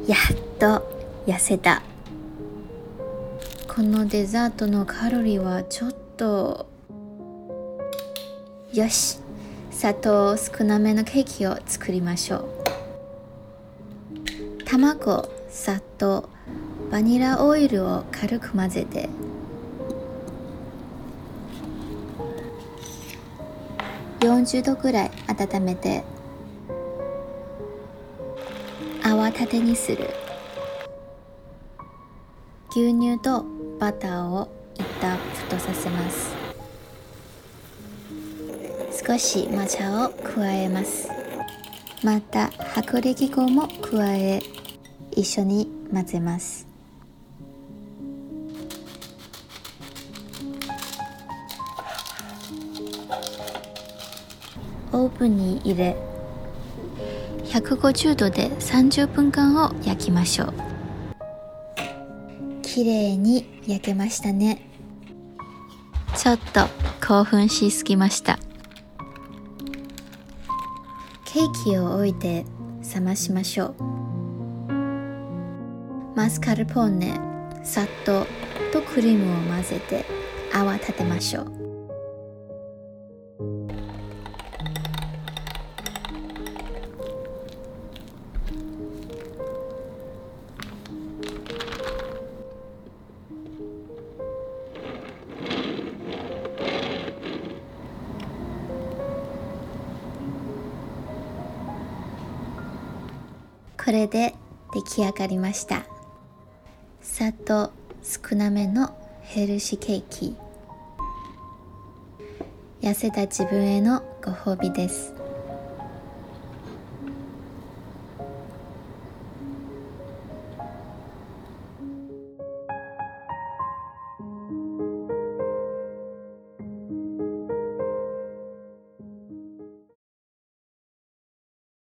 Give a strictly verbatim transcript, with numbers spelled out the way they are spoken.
やっと痩せた。このデザートのカロリーはちょっと。よし、砂糖少なめのケーキを作りましょう。卵、砂糖、バニラオイルを軽く混ぜて、よんじゅうどくらい温めて、泡立てにする。牛乳とバターを一旦沸騰させます。少し抹茶を加えます。また薄力粉も加え、一緒に混ぜます。オーブンに入れ、ひゃくごじゅうどでさんじゅっぷんかんを焼きましょう。きれいに焼けましたね。ちょっと興奮しすぎました。ケーキを置いて冷ましましょう。マスカルポーネ、砂糖とクリームを混ぜて泡立てましょう。これで出来上がりました。砂糖少なめのヘルシーケーキ。痩せた自分へのご褒美です。